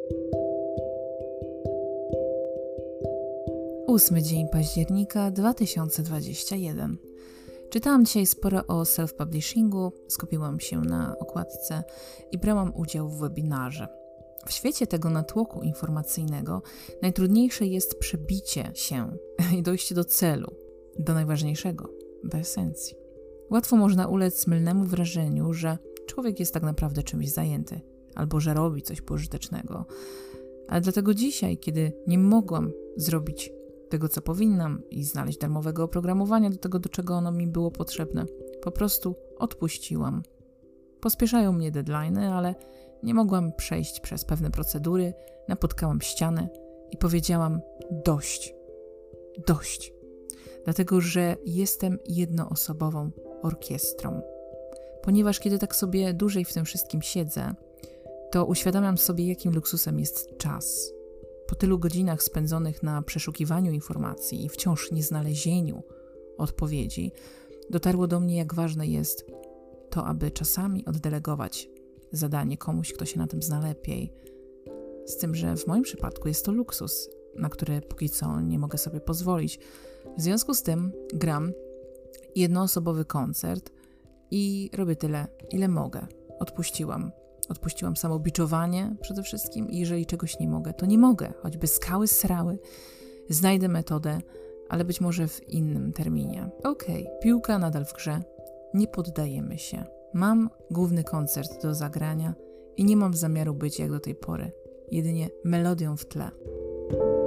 8 dzień października 2021. Czytałam dzisiaj sporo o self-publishingu, skupiłam się na okładce i brałam udział w webinarze. W świecie tego natłoku informacyjnego najtrudniejsze jest przebicie się i dojście do celu, do najważniejszego, do esencji. Łatwo można ulec mylnemu wrażeniu, że człowiek jest tak naprawdę czymś zajęty albo że robi coś pożytecznego. Ale dlatego dzisiaj, kiedy nie mogłam zrobić tego, co powinnam i znaleźć darmowego oprogramowania do tego, do czego ono mi było potrzebne, po prostu odpuściłam. Pospieszają mnie deadline'y, ale nie mogłam przejść przez pewne procedury, napotkałam ścianę i powiedziałam dość. Dość. Dlatego, że jestem jednoosobową orkiestrą. Ponieważ kiedy tak sobie dłużej w tym wszystkim siedzę, to uświadamiam sobie, jakim luksusem jest czas. Po tylu godzinach spędzonych na przeszukiwaniu informacji i wciąż nieznalezieniu odpowiedzi, dotarło do mnie, jak ważne jest to, aby czasami oddelegować zadanie komuś, kto się na tym zna lepiej. Z tym, że w moim przypadku jest to luksus, na który póki co nie mogę sobie pozwolić. W związku z tym gram jednoosobowy koncert i robię tyle, ile mogę. Odpuściłam samobiczowanie przede wszystkim i jeżeli czegoś nie mogę, to nie mogę. Choćby skały srały, znajdę metodę, ale być może w innym terminie. Okej, piłka nadal w grze, nie poddajemy się. Mam główny koncert do zagrania i nie mam zamiaru być jak do tej pory, jedynie melodią w tle.